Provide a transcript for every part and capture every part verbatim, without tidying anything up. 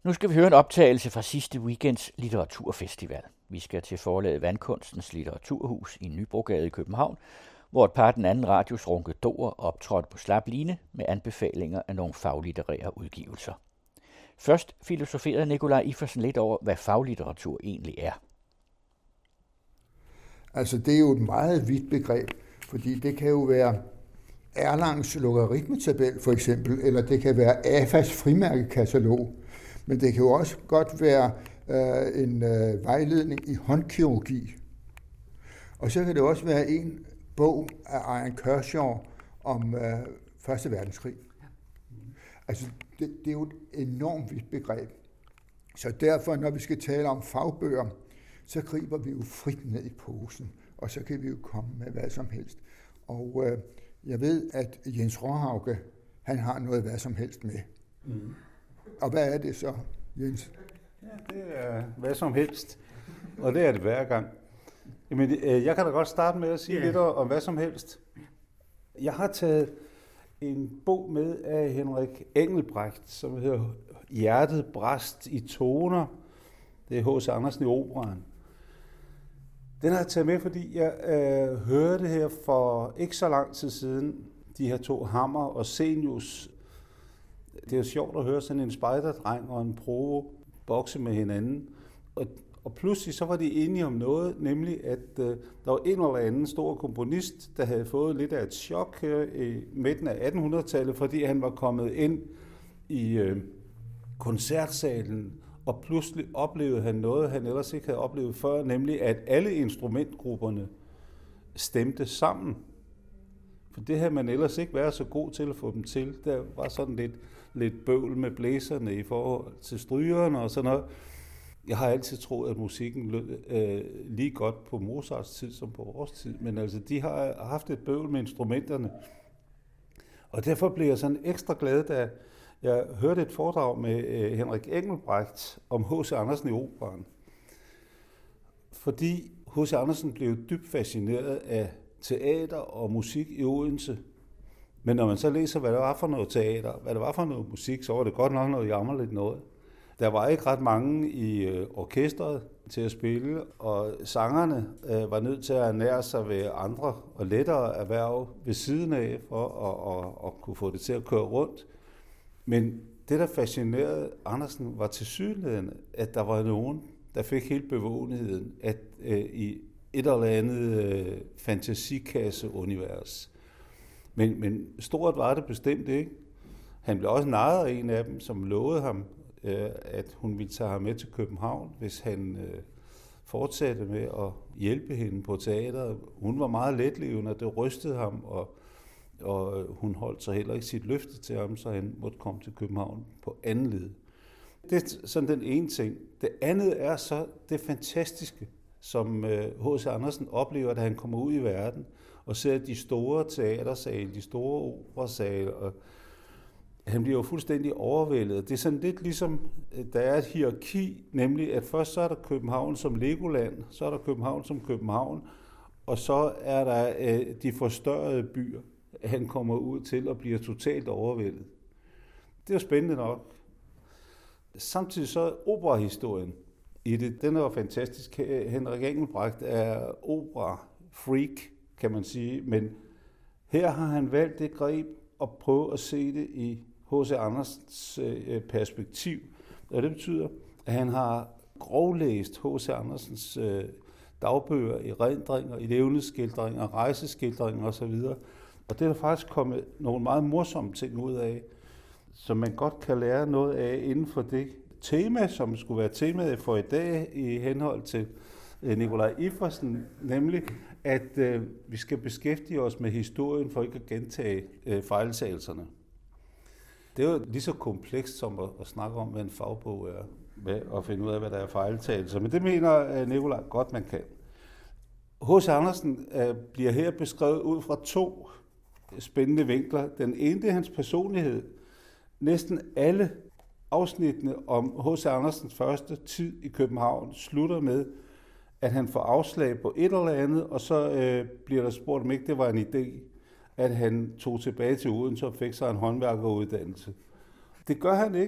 Nu skal vi høre en optagelse fra sidste weekends litteraturfestival. Vi skal til forlaget Vandkunstens Litteraturhus i Nybrogade i København, hvor et par af den anden radios ronkedorer optrådte på slap line med anbefalinger af nogle faglitterære udgivelser. Først filosoferede Nikolaj Ifersen lidt over, hvad faglitteratur egentlig er. Altså, det er jo et meget vidt begreb, fordi det kan jo være Erlangs logaritmetabel for eksempel, eller det kan være A F A's frimærkekatalog, men det kan jo også godt være øh, en øh, vejledning i håndkirurgi. Og så kan det også være en bog af Ian Kershaw om øh, første verdenskrig. Altså, det, det er jo et enormt vidt begreb. Så derfor, når vi skal tale om fagbøger, så griber vi jo frit ned i posen, og så kan vi jo komme med hvad som helst. Og øh, jeg ved, at Jens Råhauke, han har noget hvad som helst med. Mm. Og hvad er det så, Jens? Ja, det er hvad som helst, og det er det hver gang. Jamen, jeg kan da godt starte med at sige yeah. lidt om hvad som helst. Jeg har taget en bog med af Henrik Engelbrecht, som hedder Hjertet brast i toner. Det er H C Andersen i operaen. Den har jeg taget med, fordi jeg øh, hørte her for ikke så lang tid siden, de her to, Hammer og Senius. Det er jo sjovt at høre sådan en spejderdreng og en provo bokse med hinanden. Og, og pludselig så var de enige om noget, nemlig at øh, der var en eller anden stor komponist, der havde fået lidt af et chok her i midten af attenhundredetallet, fordi han var kommet ind i øh, koncertsalen, og pludselig oplevede han noget, han ellers ikke havde oplevet før, nemlig at alle instrumentgrupperne stemte sammen. For det havde man ellers ikke været så god til at få dem til. Der var sådan lidt, lidt bøvl med blæserne i forhold til strygerne og sådan noget. Jeg har altid troet, at musikken lød øh, lige godt på Mozarts tid som på vores tid, men altså de har haft et bøvl med instrumenterne. Og derfor blev jeg sådan ekstra glad, da jeg hørte et foredrag med øh, Henrik Engelbrecht om H C Andersen i operaen. Fordi H C Andersen blev dybt fascineret af teater og musik i Odense. Men når man så læser, hvad det var for noget teater, hvad det var for noget musik, så var det godt nok noget jammerligt noget. Der var ikke ret mange i øh, orkestret til at spille, og sangerne øh, var nødt til at ernære sig ved andre og lettere erhverv ved siden af, for at, at, at kunne få det til at køre rundt. Men det, der fascinerede Andersen, var tilsyneladende, at der var nogen, der fik helt bevågenheden, at øh, i et eller andet øh, fantasikasse-univers. Men, men stort var det bestemt ikke. Han blev også narret af en af dem, som lovede ham, øh, at hun ville tage ham med til København, hvis han øh, fortsatte med at hjælpe hende på teateret. Hun var meget letlevende, og det rystede ham, og, og hun holdt så heller ikke sit løfte til ham, så han måtte komme til København på anden led. Det er sådan den ene ting. Det andet er så det fantastiske, som H C Andersen oplever, da han kommer ud i verden og ser de store teatersale, de store operasale, og han bliver jo fuldstændig overvældet. Det er sådan lidt ligesom, der er et hierarki, nemlig at først så er der København som Legoland, så er der København som København, og så er der øh, de forstørrede byer, han kommer ud til og bliver totalt overvældet. Det er jo spændende nok. Samtidig så er operahistorien i det, den er jo fantastisk. Henrik Engelbrecht er opera-freak, kan man sige, men her har han valgt det greb at prøve at se det i H C Andersens perspektiv. Og det betyder, at han har grovlæst H C Andersens dagbøger, erindringer, levnedsskildringer, rejseskildringer osv. Og det er der faktisk kommet nogle meget morsomme ting ud af, som man godt kan lære noget af inden for det tema, som skulle være temaet for i dag i henhold til Nikolaj Ifersen, nemlig at øh, vi skal beskæftige os med historien for ikke at gentage øh, fejltagelserne. Det er jo lige så komplekst som at, at snakke om, hvad en fagbog er, med at finde ud af, hvad der er fejltagelser. Men det mener øh, Nikolaj godt, man kan. H C Andersen øh, bliver her beskrevet ud fra to spændende vinkler. Den ene, det er hans personlighed. Næsten alle afsnittene om H C Andersens første tid i København slutter med, at han får afslag på et eller andet, og så øh, bliver der spurgt, om ikke det var en idé, at han tog tilbage til Odense og fik sig en håndværkeruddannelse. Det gør han ikke,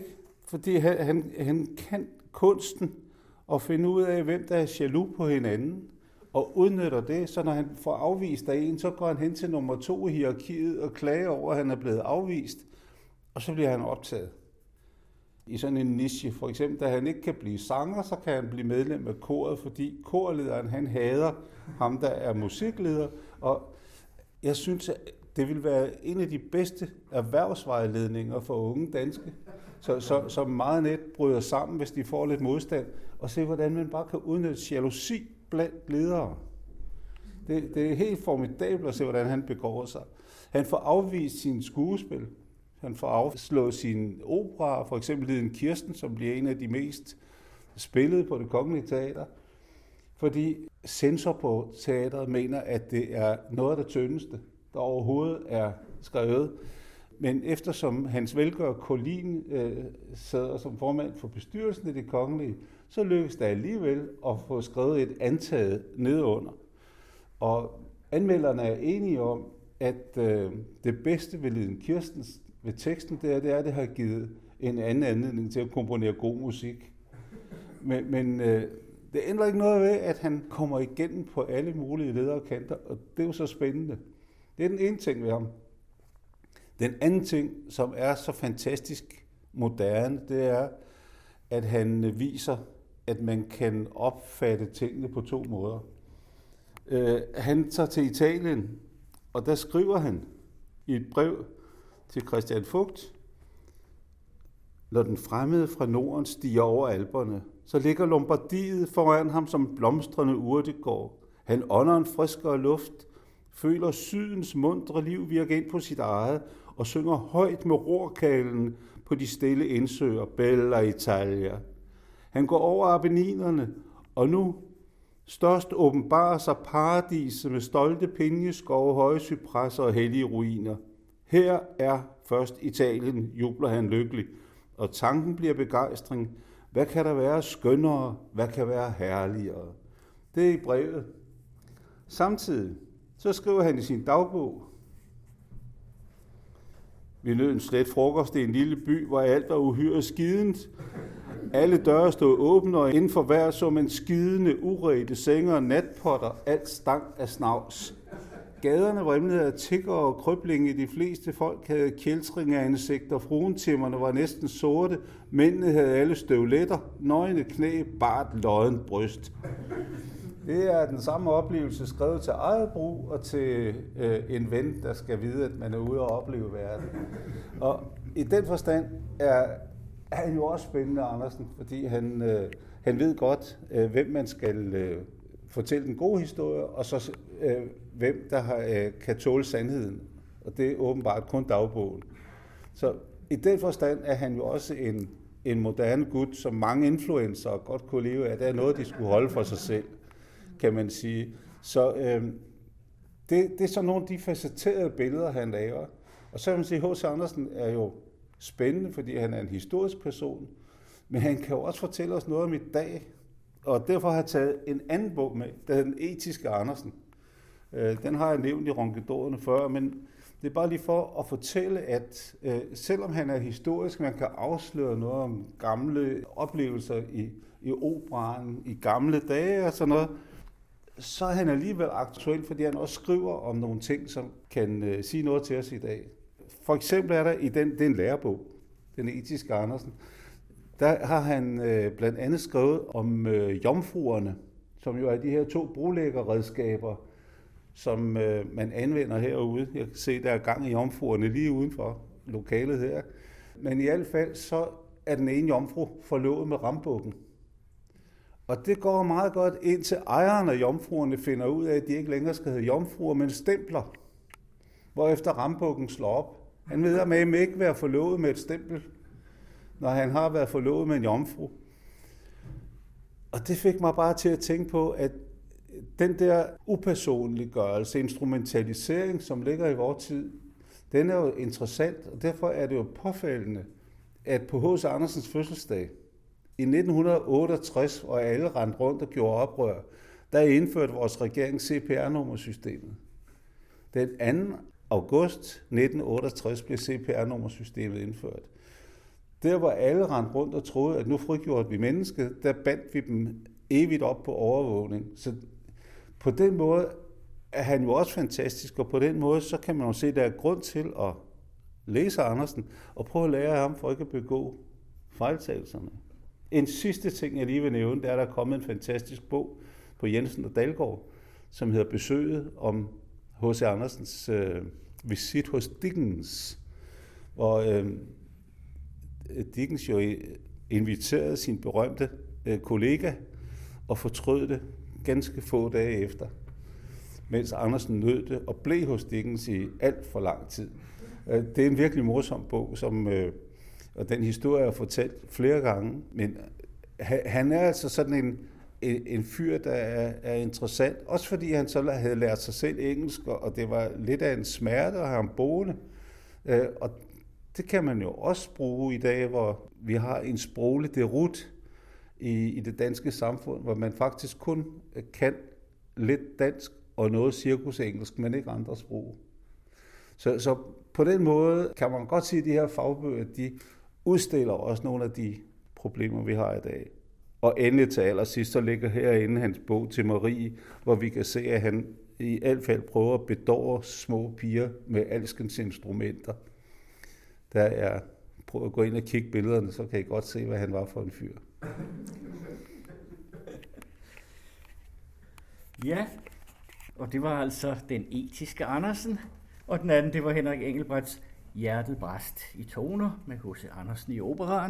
fordi han, han, han kan kunsten at finde ud af, hvem der er jaloux på hinanden, og udnytter det, så når han får afvist af en, så går han hen til nummer to i hierarkiet og klager over, at han er blevet afvist, og så bliver han optaget i sådan en niche. For eksempel, da han ikke kan blive sanger, så kan han blive medlem af koret, fordi korlederen, han hader ham, der er musikleder, og jeg synes, at det vil være en af de bedste erhvervsvejledninger for unge danske, så, så, som meget net bryder sammen, hvis de får lidt modstand, og se, hvordan man bare kan udnytte jalousi blandt ledere. Det, det er helt formidabelt at se, hvordan han begår sig. Han får afvist sine skuespil. Han får afslået sine operaer, for eksempel Liden Kirsten, som bliver en af de mest spillede på Det Kongelige Teater, fordi censor på teateret mener, at det er noget af det tyndeste, der overhovedet er skrevet. Men eftersom Hans Velgør Collin øh, sidder som formand for bestyrelsen i Det Kongelige, så lykkes det alligevel at få skrevet et antaget nedunder. Og anmelderne er enige om, at øh, det bedste ved Liden Kirstens ved teksten, det er, det er, at det har givet en anden anledning til at komponere god musik. Men, men øh, det ændrer ikke noget ved, at han kommer igennem på alle mulige lederkanter, og det er jo så spændende. Det er den ene ting ved ham. Den anden ting, som er så fantastisk moderne, det er, at han viser, at man kan opfatte tingene på to måder. Øh, han tager til Italien, og der skriver han i et brev til Christian Fugt: når den fremmede fra Norden stiger over Alperne, så ligger Lombardiet foran ham som blomstrende urtegård. Han ånder en friskere luft, føler sydens muntre liv virke ind på sit eget, og synger højt med rorkalen på de stille indsøer, Bella Italia. Han går over Apenninerne, og nu størst åbenbarer sig paradiset med stolte pinjeskove, høje cypresser og hellige ruiner. Her er først Italien, jubler han lykkelig, og tanken bliver begejstring. Hvad kan der være skønnere? Hvad kan være herligere? Det er i brevet. Samtidig så skriver han i sin dagbog: vi nød en slet frokost i en lille by, hvor alt var uhyre skident. Alle døre stod åbne, og inden for hver så man skidende, urede senger og natpotter, alt stank af snavs. Gaderne vrimlede af tiggere og krøblinge. De fleste folk havde kjeltringer af insekter. Fruentimmerne var næsten sorte. Mændene havde alle støvletter, nøgne knæ, bart lodden bryst. Det er den samme oplevelse skrevet til eget brug og til øh, en ven, der skal vide, at man er ude og opleve verden. Og i den forstand er, er han jo også spændende, Andersen, fordi han, øh, han ved godt, øh, hvem man skal øh, fortælle den gode historie, og så øh, hvem der har, øh, kan tåle sandheden. Og det er åbenbart kun dagbogen. Så i den forstand er han jo også en, en moderne gut, som mange influencer godt kunne leve af. Det er noget, de skulle holde for sig selv, kan man sige. Så øh, det, det er så nogle af de facetterede billeder, han laver. Og så kan man sige, at H C Andersen er jo spændende, fordi han er en historisk person, men han kan jo også fortælle os noget om i dag. Og derfor har jeg taget en anden bog med, der hedder Den Etiske Andersen. Øh, den har jeg nævnt i Ronkedorerne før, men det er bare lige for at fortælle, at øh, selvom han er historisk, man kan afsløre noget om gamle oplevelser i, i operaen, i gamle dage og sådan noget, så er han alligevel aktuel, fordi han også skriver om nogle ting, som kan øh, sige noget til os i dag. For eksempel er der i den, det er en lærebog, Den Etiske Andersen, der har han øh, blandt andet skrevet om øh, jomfruerne, som jo er de her to brolæggerredskaber, som øh, man anvender herude. Jeg kan se, der er gang i jomfruerne lige uden for lokalet her. Men i hvert fald så er den ene jomfru forlovet med rambukken. Og det går meget godt, indtil ejeren af jomfruerne finder ud af, at de ikke længere skal hedde jomfruer, men stempler. Hvorefter rambukken slår op. Han ved at man ikke være forlovet med et stempel, når han har været forlovet med en jomfru. Og det fik mig bare til at tænke på, at den der upersonliggørelse, instrumentalisering, som ligger i vores tid, den er jo interessant, og derfor er det jo påfaldende, at på H C Andersens fødselsdag i nitten otteogtres, hvor alle rendte rundt og gjorde oprør, der indførte vores regering C P R-nummersystemet. Den anden august nitten otteogtres blev C P R-nummersystemet indført. Der hvor alle rendte rundt og troede, at nu frigjorde vi mennesket, der bandt vi dem evigt op på overvågning. Så på den måde er han jo også fantastisk, og på den måde så kan man jo se, at der er grund til at læse Andersen og prøve at lære ham for ikke at begå fejltagelserne. En sidste ting, jeg lige vil nævne, det er, at der er kommet en fantastisk bog på Jensen og Dalgaard, som hedder Besøget om H C. Andersens øh, visit hos Dickens, hvor øh, Dickens jo inviterede sin berømte øh, kollega og fortrød det ganske få dage efter, mens Andersen nød det og blev hos Dickens i alt for lang tid. Øh, det er en virkelig morsom bog, som, øh, og den historie er fortalt flere gange, men han er altså sådan en, en fyr, der er, er interessant, også fordi han så havde lært sig selv engelsk, og det var lidt af en smerte at have ham boende. Øh, og det kan man jo også bruge i dag, hvor vi har en sproglig derut i, i det danske samfund, hvor man faktisk kun kan lidt dansk og noget cirkusengelsk, men ikke andre sprog. Så, så på den måde kan man godt sige, at de her fagbøger, de udstiller også nogle af de problemer, vi har i dag. Og endelig til allersidst, så ligger herinde hans bog til Marie, hvor vi kan se, at han i alt fald prøver at bedåre små piger med alskens instrumenter. Der er, prøv at gå ind og kigge billederne, så kan I godt se, hvad han var for en fyr. Ja, og det var altså den etiske Andersen, og den anden, det var Henrik Engelbrechts Hjertet brast i toner med H C. Andersen i operaen.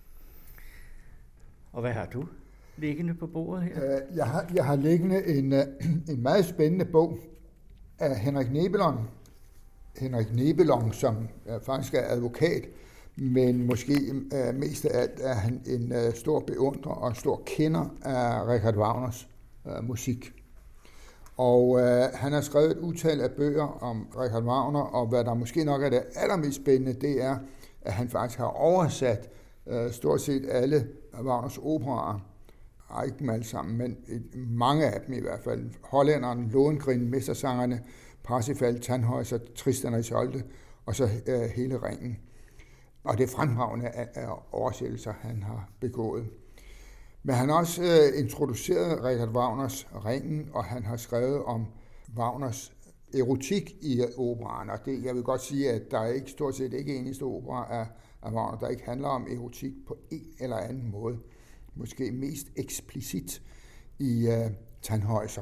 Og hvad har du liggende på bordet her? Jeg har, jeg har liggende en, en meget spændende bog af Henrik Nebelong. Henrik Nebelong, som faktisk er advokat, men måske mest af alt er han en stor beundrer og stor kender af Richard Wagners uh, musik. Og uh, han har skrevet et utal af bøger om Richard Wagner, og hvad der måske nok er det allermest spændende, det er, at han faktisk har oversat uh, stort set alle Wagners operaer. Ikke dem alle sammen, men mange af dem i hvert fald. Hollænderen, Lohengrin, Mestersangerne, Parsifal, Tannhäuser, Tristan og Isolde, og så uh, hele ringen. Og det er fremragende af, af oversættelser, han har begået. Men han har også uh, introduceret Richard Wagners Ringen, og han har skrevet om Wagners erotik i operaen. Og det, jeg vil godt sige, at der er ikke stort set ikke eneste opera af, af Wagner, der ikke handler om erotik på en eller anden måde. Måske mest eksplicit i uh, Tannhäuser.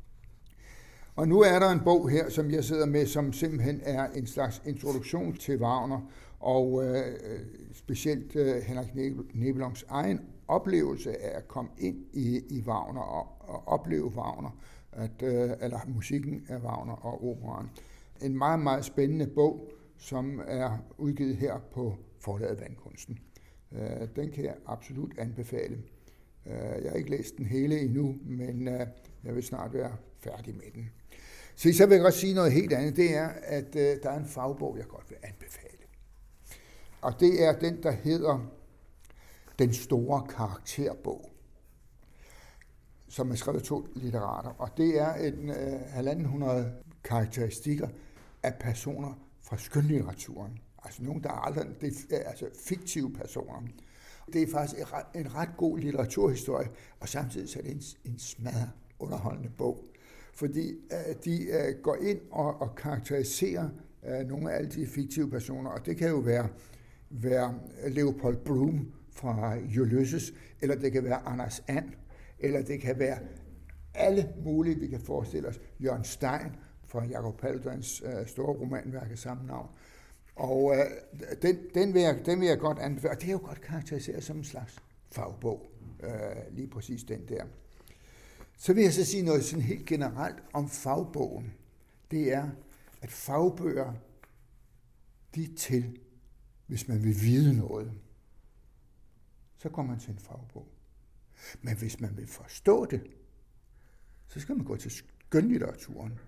Og nu er der en bog her, som jeg sidder med, som simpelthen er en slags introduktion til Wagner, og øh, specielt øh, Henrik Nebelongs egen oplevelse af at komme ind i, i Wagner og, og opleve Wagner, at, øh, eller musikken af Wagner og operaen. En meget, meget spændende bog, som er udgivet her på forlaget Vandkunsten. Øh, den kan jeg absolut anbefale. Øh, jeg har ikke læst den hele endnu, men øh, jeg vil snart være færdig med den. Så, så vil jeg godt sige noget helt andet. Det er, at øh, der er en fagbog, jeg godt vil anbefale. Og det er den, der hedder Den store karakterbog, som er skrevet to litterater. Og det er en øh, halvanden hundrede karakteristikker af personer fra skønlitteraturen. Altså nogen, der er aldrig, det er, altså fiktive personer. Det er faktisk en ret, en ret god litteraturhistorie, og samtidig så er det en, en smadret underholdende bog. Fordi øh, de øh, går ind og, og karakteriserer øh, nogle af alle de fiktive personer, og det kan jo være, være Leopold Bloom fra Ulysses, eller det kan være Anders And, eller det kan være alle mulige, vi kan forestille os. Jørgen Stein fra Jacob Paludans øh, store romanværk af samme navn. Og øh, den, den, vil jeg, den vil jeg godt anbefale, og det er jo godt karakteriseret som en slags fagbog, øh, lige præcis den der. Så vil jeg så sige noget sådan helt generelt om fagbogen. Det er, at fagbøger, de er til, hvis man vil vide noget. Så går man til en fagbog. Men hvis man vil forstå det, så skal man gå til skønlitteraturen.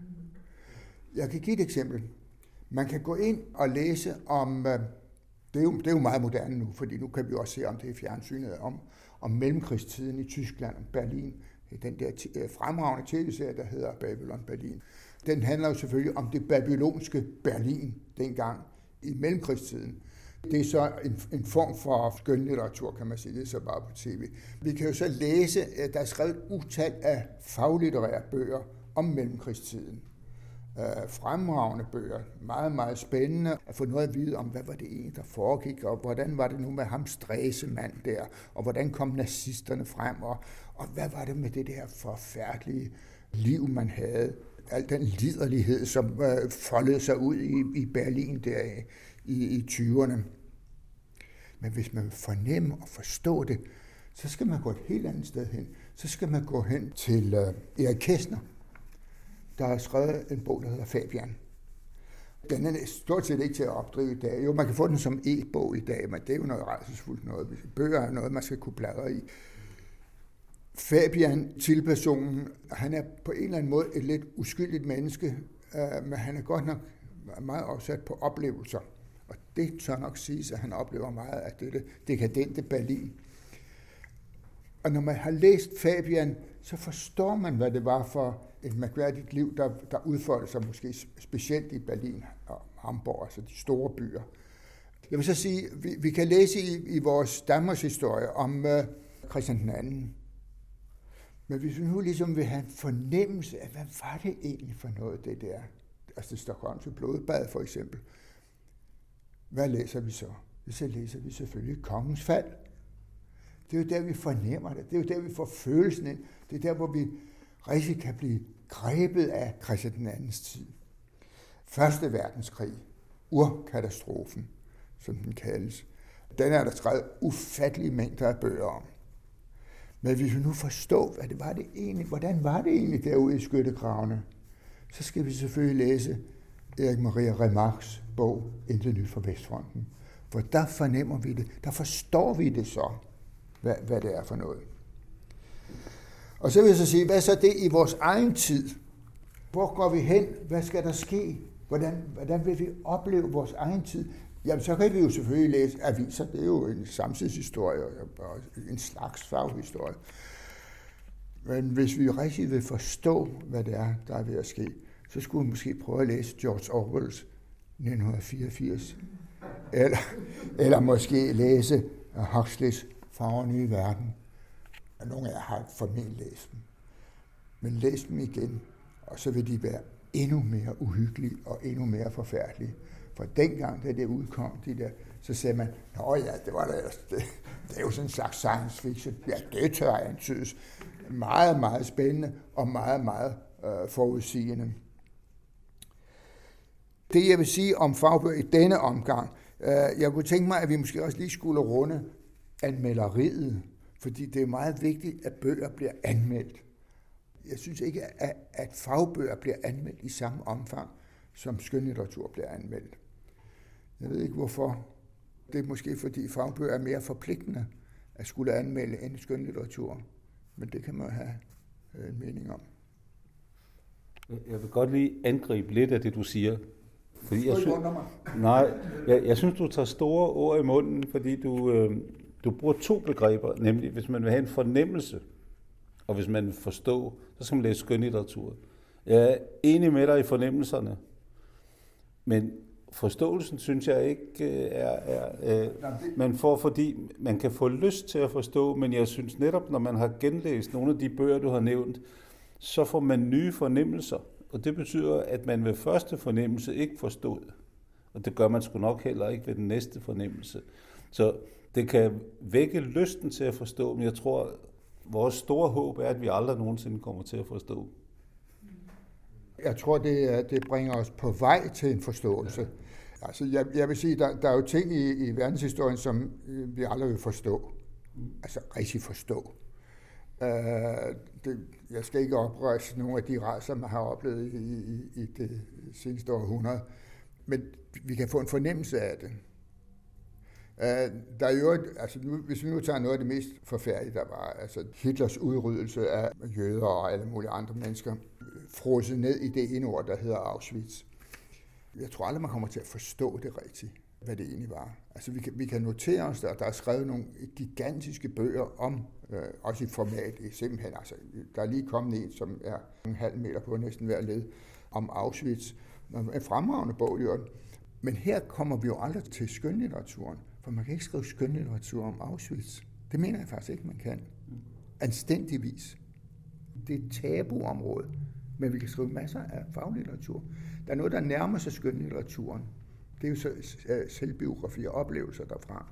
Jeg kan give et eksempel. Man kan gå ind og læse om, det er jo, det er jo meget moderne nu, fordi nu kan vi også se om det i fjernsynet, om, om mellemkrigstiden i Tyskland og Berlin. Den der t- fremragende tv-serie, der hedder Babylon Berlin. Den handler jo selvfølgelig om det babylonske Berlin dengang i mellemkrigstiden. Det er så en, en form for skønlitteratur, kan man sige, det er så bare på tv. Vi kan jo så læse, at der er skrevet utal af faglitterære bøger om mellemkrigstiden. Uh, fremragende bøger, meget, meget spændende at få noget at vide om, hvad var det egentlig, der foregik, og hvordan var det nu med ham Stresemann der, og hvordan kom nazisterne frem, og, og hvad var det med det der forfærdelige liv, man havde. Al den liderlighed, som uh, foldede sig ud i, i Berlin der i, i tyverne. Men hvis man vil fornemme og forstå det, så skal man gå et helt andet sted hen. Så skal man gå hen til uh, Erik Kästner, der har skrevet en bog, der hedder Fabian. Den er stort set ikke til at opdrive i dag. Jo, man kan få den som e-bog i dag, men det er jo noget rædselsfuldt noget. Bøger er noget, man skal kunne bladre i. Fabian, tilpersonen, han er på en eller anden måde et lidt uskyldigt menneske, men han er godt nok meget opsat på oplevelser. Og det tør nok siges, at han oplever meget af dette dekadente Berlin. Og når man har læst Fabian, så forstår man, hvad det var for et mærkværdigt liv, der, der udfoldede sig måske specielt i Berlin og Hamburg, altså de store byer. Jeg vil så sige, vi, vi kan læse i, i vores Danmarks historie om uh, Christian den anden. Men hvis vi nu ligesom vil have en fornemmelse af, hvad var det egentlig for noget, det der? Altså det Stockholmske blodbad for eksempel. Hvad læser vi så? Så læser vi selvfølgelig Kongens Fald. Det er jo der, vi fornemmer det. Det er jo der, vi får følelsen ind. Det er der, hvor vi rigtig kan blive grebet af Christian den andens tid. Første verdenskrig, urkatastrofen, som den kaldes, den er der skrevet ufattelige mængder af bøger om. Men hvis vi nu forstår, hvad det var det egentlig, hvordan var det egentlig derude i skyttegravene, så skal vi selvfølgelig læse Erik Maria Remarques bog Intet nyt fra Vestfronten. For der fornemmer vi det, der forstår vi det så, hvad, hvad det er for noget. Og så vil jeg så sige, hvad er så det i vores egen tid? Hvor går vi hen? Hvad skal der ske? Hvordan, hvordan vil vi opleve vores egen tid? Jamen, så kan vi jo selvfølgelig læse aviser. Det er jo en samtidshistorie og en slags faghistorie. Men hvis vi rigtig vil forstå, hvad det er, der er ved at ske, så skulle vi måske prøve at læse George Orwells nitten fireogfirs. Eller, eller måske læse Huxleys Fagre nye verden. Nogle af jer har formentlig læst dem. Men læs dem igen, og så vil de være endnu mere uhyggelige og endnu mere forfærdelige. For dengang, da det udkom, de der, så sagde man, nå ja, det var der, det, det er jo sådan en slags science fiction. Ja, det tør jeg antydes. Meget, meget spændende og meget, meget øh, forudsigende. Det, jeg vil sige om fagbøger i denne omgang, øh, jeg kunne tænke mig, at vi måske også lige skulle runde anmelderiet, fordi det er meget vigtigt, at bøger bliver anmeldt. Jeg synes ikke, at, at fagbøger bliver anmeldt i samme omfang, som skønlitteratur bliver anmeldt. Jeg ved ikke hvorfor. Det er måske fordi fagbøger er mere forpligtende at skulle anmelde end skønlitteratur. Men det kan man have en mening om. Jeg vil godt lige angribe lidt af det, du siger. Fordi jeg synes, nej, jeg, jeg synes, du tager store ord i munden, fordi du, øh, du bruger to begreber, nemlig hvis man vil have en fornemmelse, og hvis man vil forstå, så skal man læse skønlitteratur. Jeg er enig med dig i fornemmelserne, men forståelsen synes jeg ikke er, er, er man får, fordi man kan få lyst til at forstå, men jeg synes netop, når man har genlæst nogle af de bøger, du har nævnt, så får man nye fornemmelser, og det betyder, at man ved første fornemmelse ikke forstod, og det gør man sgu nok heller ikke ved den næste fornemmelse. Så det kan vække lysten til at forstå, men jeg tror, vores store håb er, at vi aldrig nogensinde kommer til at forstå. Jeg tror, det, det bringer os på vej til en forståelse. Altså, jeg, jeg vil sige, der, der er jo ting i, i verdenshistorien, som vi aldrig vil forstå. Altså rigtig forstå. Uh, det, jeg skal ikke oprejse nogle af de rejser, man har oplevet i, i, i det seneste århundrede, men vi kan få en fornemmelse af det. Uh, der er jo, altså nu, hvis vi nu tager noget af det mest forfærdelige, der var, altså Hitlers udryddelse af jøder og alle mulige andre mennesker, frosset ned i det ene ord, der hedder Auschwitz. Jeg tror aldrig, man kommer til at forstå det rigtigt, hvad det egentlig var. Altså vi kan, vi kan notere os, at der er skrevet nogle gigantiske bøger om, øh, også i format, simpelthen, altså der er lige kommet en, som er en halv meter på næsten hver led, om Auschwitz. En fremragende bog, jo. Men her kommer vi jo aldrig til skønlitteraturen, for man kan ikke skrive skønlitteratur om Auschwitz. Det mener jeg faktisk ikke, man kan. Anstændigvis. Det er et tabuområde, men vi kan skrive masser af faglitteratur. Der er noget, der nærmer sig skønlitteraturen. Det er jo så selvbiografi og oplevelser derfra.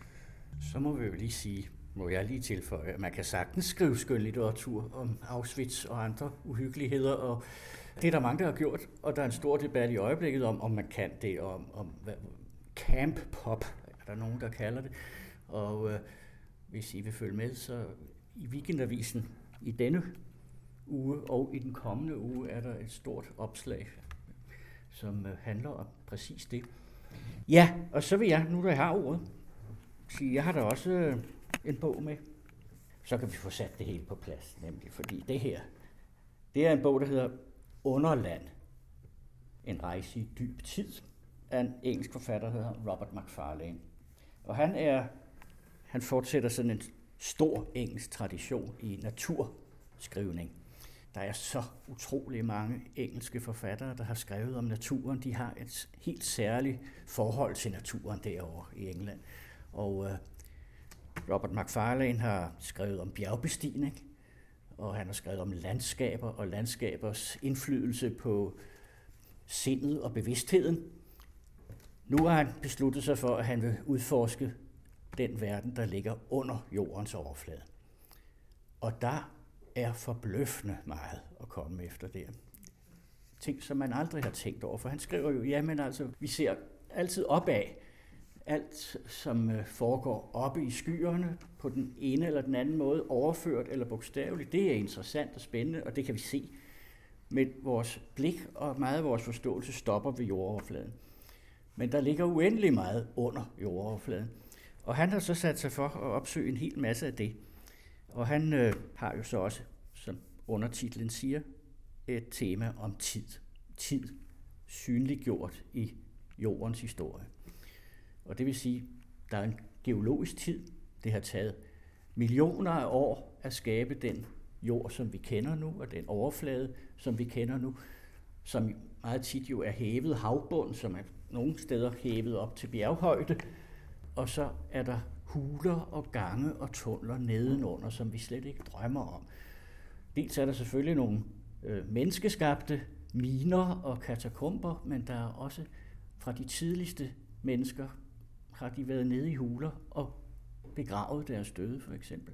Så må vi jo lige sige, må jeg lige tilføje, at man kan sagtens skrive skønlitteratur om Auschwitz og andre uhyggeligheder, og det er der mange, der har gjort, og der er en stor debat i øjeblikket om, om man kan det, og om, om hvad, camp pop, er der nogen, der kalder det. Og øh, hvis I vil følge med, så i Weekendavisen i denne uge og i den kommende uge er der et stort opslag, som øh, handler om præcis det. Ja, og så vil jeg, nu der jeg har ordet, sige, jeg har da også øh, en bog med. Så kan vi få sat det hele på plads, nemlig fordi det her, det er en bog, der hedder Underland. En rejse i dyb tid af en engelsk forfatter, der hedder Robert Macfarlane. Og han er, han fortsætter sådan en stor engelsk tradition i naturskrivning. Der er så utrolig mange engelske forfattere, der har skrevet om naturen. De har et helt særligt forhold til naturen derovre i England. Og uh, Robert Macfarlane har skrevet om bjergbestigning, og han har skrevet om landskaber og landskabers indflydelse på sindet og bevidstheden. Nu har han besluttet sig for, at han vil udforske den verden, der ligger under jordens overflade. Og der er forbløffende meget at komme efter der. Ting, som man aldrig har tænkt over, for han skriver jo, jamen altså, vi ser altid opad. Alt, som foregår oppe i skyerne på den ene eller den anden måde, overført eller bogstaveligt, det er interessant og spændende, og det kan vi se. Men vores blik og meget af vores forståelse stopper ved jordoverfladen. Men der ligger uendelig meget under jordoverfladen. Og han har så sat sig for at opsøge en hel masse af det. Og han øh, har jo så også, som undertitlen siger, et tema om tid. Tid synliggjort i jordens historie. Og det vil sige, der er en geologisk tid. Det har taget millioner af år at skabe den jord, som vi kender nu, og den overflade, som vi kender nu, som meget tit jo er hævet havbund, som er nogle steder hævet op til bjerghøjde, og så er der huler og gange og tunneler nedenunder, som vi slet ikke drømmer om. Dels er der selvfølgelig nogle øh, menneskeskabte miner og katakomber, men der er også fra de tidligste mennesker, har de været nede i huler og begravet deres døde, for eksempel.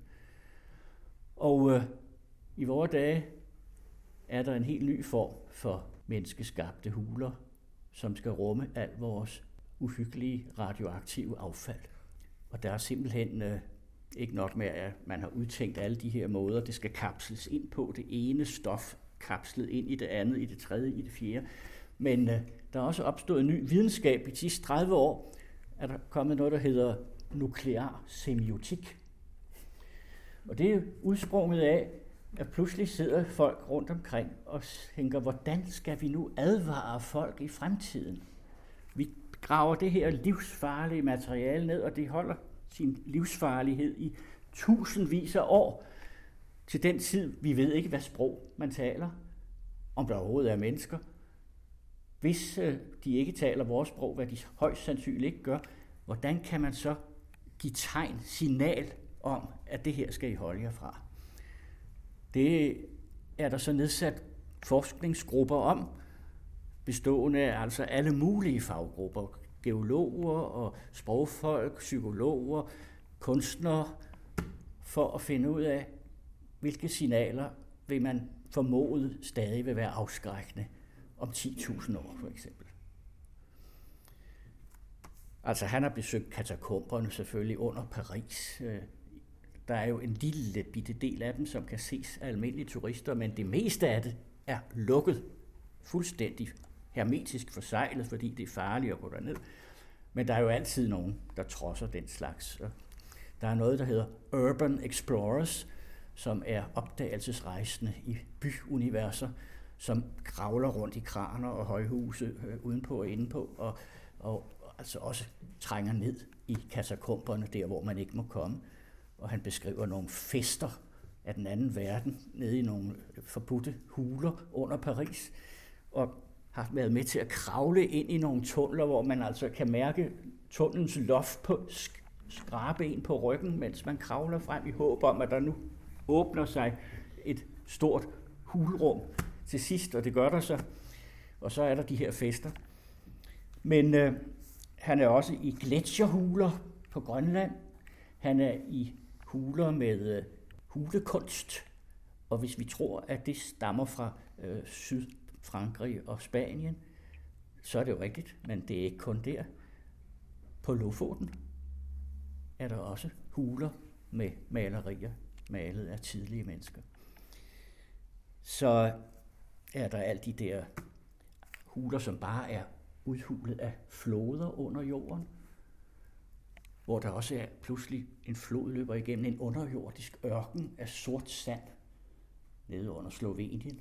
Og øh, i vore dage er der en helt ny form for menneskeskabte huler, som skal rumme al vores uhyggelige radioaktive affald. Og der er simpelthen øh, ikke nok med, at man har udtænkt alle de her måder, det skal kapsles ind på, det ene stof kapslet ind i det andet, i det tredje, i det fjerde. Men øh, der er også opstået en ny videnskab. I de sidste tredive år er der kommet noget, der hedder nuklear semiotik. Og det er udsprunget af, at pludselig sidder folk rundt omkring og tænker, hvordan skal vi nu advare folk i fremtiden? Vi graver det her livsfarlige materiale ned, og det holder sin livsfarlighed i tusindvis af år. Til den tid, vi ved ikke, hvad sprog man taler, om der overhovedet er mennesker. Hvis øh, de ikke taler vores sprog, hvad de højst sandsynligt ikke gør, hvordan kan man så give tegn, signal om, at det her skal I holde jer fra? Det er der så nedsat forskningsgrupper om, bestående af altså alle mulige faggrupper, geologer og sprogfolk, psykologer, kunstnere, for at finde ud af, hvilke signaler vil man formode stadig vil være afskrækkende om ti tusind år, for eksempel. Altså, han har besøgt katakomberne selvfølgelig under Paris. Der er jo en lille bitte del af dem, som kan ses af almindelige turister, men det meste af det er lukket, fuldstændig hermetisk forseglet, fordi det er farligt at gå derned. Men der er jo altid nogen, der trodser den slags. Der er noget, der hedder Urban Explorers, som er opdagelsesrejsende i byuniverser, som kravler rundt i kraner og højhuse øh, udenpå og indenpå, og, og altså også trænger ned i katakomberne, der hvor man ikke må komme. Og han beskriver nogle fester af den anden verden, nede i nogle forbudte huler under Paris. Og har været med til at kravle ind i nogle tunneler, hvor man altså kan mærke tunnelens loft på skrabben på ryggen, mens man kravler frem i håb om, at der nu åbner sig et stort hulrum til sidst, og det gør der så. Og så er der de her fester. Men øh, han er også i gletsjerhuler på Grønland. Han er i huler med øh, hulekunst. Og hvis vi tror, at det stammer fra øh, Sydfrankrig og Spanien, så er det jo rigtigt, men det er ikke kun der. På Lofoten er der også huler med malerier, malet af tidlige mennesker. Så er der alle de der huler, som bare er udhulet af floder under jorden, hvor der også er pludselig en flod løber igennem en underjordisk ørken af sort sand nede under Slovenien.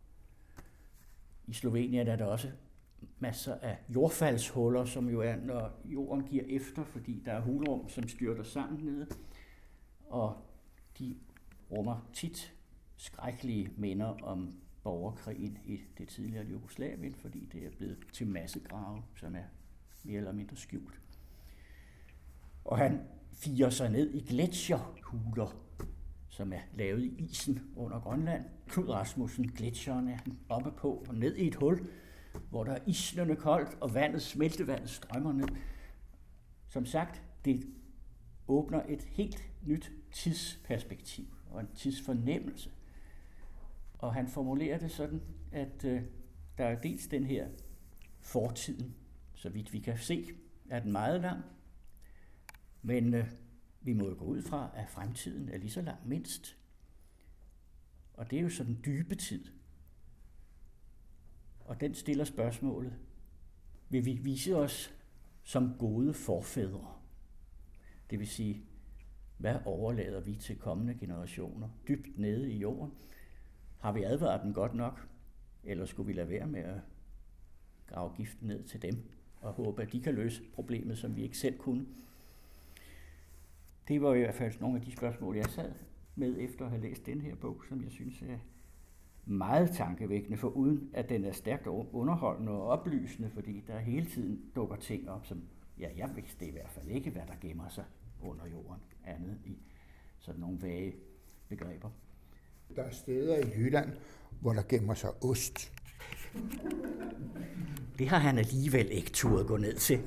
I Slovenien er der også masser af jordfaldshuller, som jo er, når jorden giver efter, fordi der er hulrum, som styrter sammen nede, og de rummer tit skrækkelige minder om borgerkrigen i det tidligere Jugoslavien, fordi det er blevet til massegrave, som er mere eller mindre skjult. Og han firer sig ned i gletsjerhuler, som er lavet i isen under Grønland. Knud Rasmussen, gletsjeren er han oppe på og ned i et hul, hvor der er isnende koldt, og vandet, smeltevandet strømmer ned. Som sagt, det åbner et helt nyt tidsperspektiv og en tidsfornemmelse. Og han formulerer det sådan, at øh, der er dels den her fortiden, så vidt vi kan se, er den meget lang, men øh, vi må jo gå ud fra, at fremtiden er lige så lang mindst. Og det er jo så den dybe tid. Og den stiller spørgsmålet, vil vi vise os som gode forfædre? Det vil sige, hvad overlader vi til kommende generationer dybt nede i jorden? Har vi advaret dem godt nok? Eller skulle vi lade være med at grave giften ned til dem og håbe, at de kan løse problemet, som vi ikke selv kunne? Det var i hvert fald nogle af de spørgsmål, jeg sad med efter at have læst den her bog, som jeg synes er meget tankevækkende, for uden at den er stærkt underholdende og oplysende, fordi der hele tiden dukker ting op, som ja, jeg vidste i hvert fald ikke, hvad der gemmer sig under jorden, andet i sådan nogle vage begreber. Der er steder i Jylland, hvor der gemmer sig ost. Det har han alligevel ikke turde gå ned til.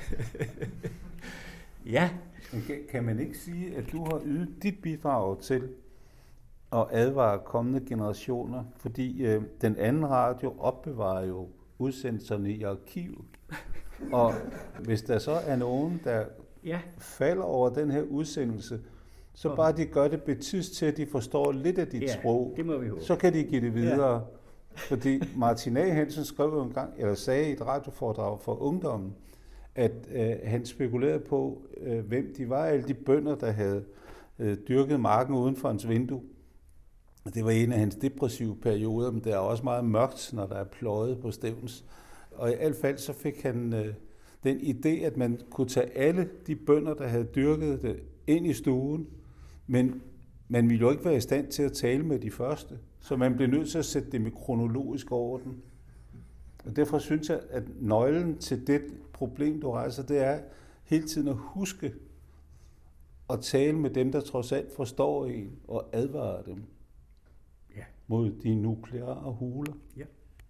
Ja. Kan man ikke sige, at du har ydet dit bidrag til at advare kommende generationer? Fordi øh, den anden radio opbevarer jo udsendelserne i arkiv. Og hvis der så er nogen, der ja. falder over den her udsendelse, så okay. bare de gør det betids til, at de forstår lidt af dit ja, sprog, det må vi håbe. Så kan de give det videre. Ja. Fordi Martin A. Hansen skrev jo en gang, eller sagde i et radioforedrag for ungdommen, at øh, han spekulerede på, øh, hvem de var, alle de bønder, der havde øh, dyrket marken uden for hans vindue. Det var en af hans depressive perioder, men det er også meget mørkt, når der er pløjet på Stevns. Og i hvert fald så fik han øh, den idé, at man kunne tage alle de bønder, der havde dyrket det, ind i stuen, men man ville jo ikke være i stand til at tale med de første, så man blev nødt til at sætte dem i kronologisk orden. Og derfor synes jeg, at nøglen til det problem, du rejser, det er hele tiden at huske at tale med dem, der trods alt forstår en, og advare dem ja. mod de nukleare huler. Ja.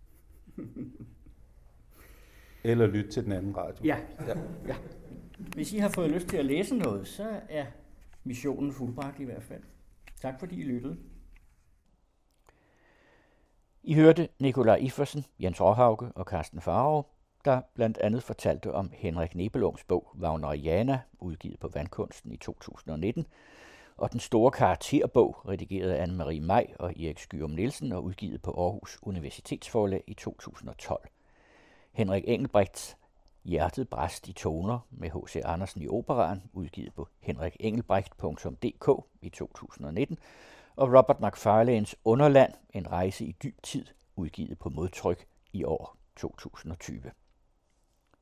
Eller lytte til den anden radio. Ja. Ja. ja. Hvis I har fået lyst til at læse noget, så er missionen fuldbragt i hvert fald. Tak fordi I lyttede. I hørte Nikolaj Iffersen, Jens Råhauke og Carsten Farov, der blandt andet fortalte om Henrik Nebelungs bog Wagneriana, udgivet på Vandkunsten i to tusind og nitten, og den store karakterbog, redigeret af Anne-Marie Maj og Erik Skyum Nielsen og udgivet på Aarhus Universitetsforlag i to tusind og tolv. Henrik Engelbrechts Hjertet brast i toner med H C Andersen i operaen, udgivet på henrikengelbrecht punktum d k i to tusind og nitten, og Robert Macfarlanes Underland, en rejse i dyb tid, udgivet på modtryk i år to tusind og tyve.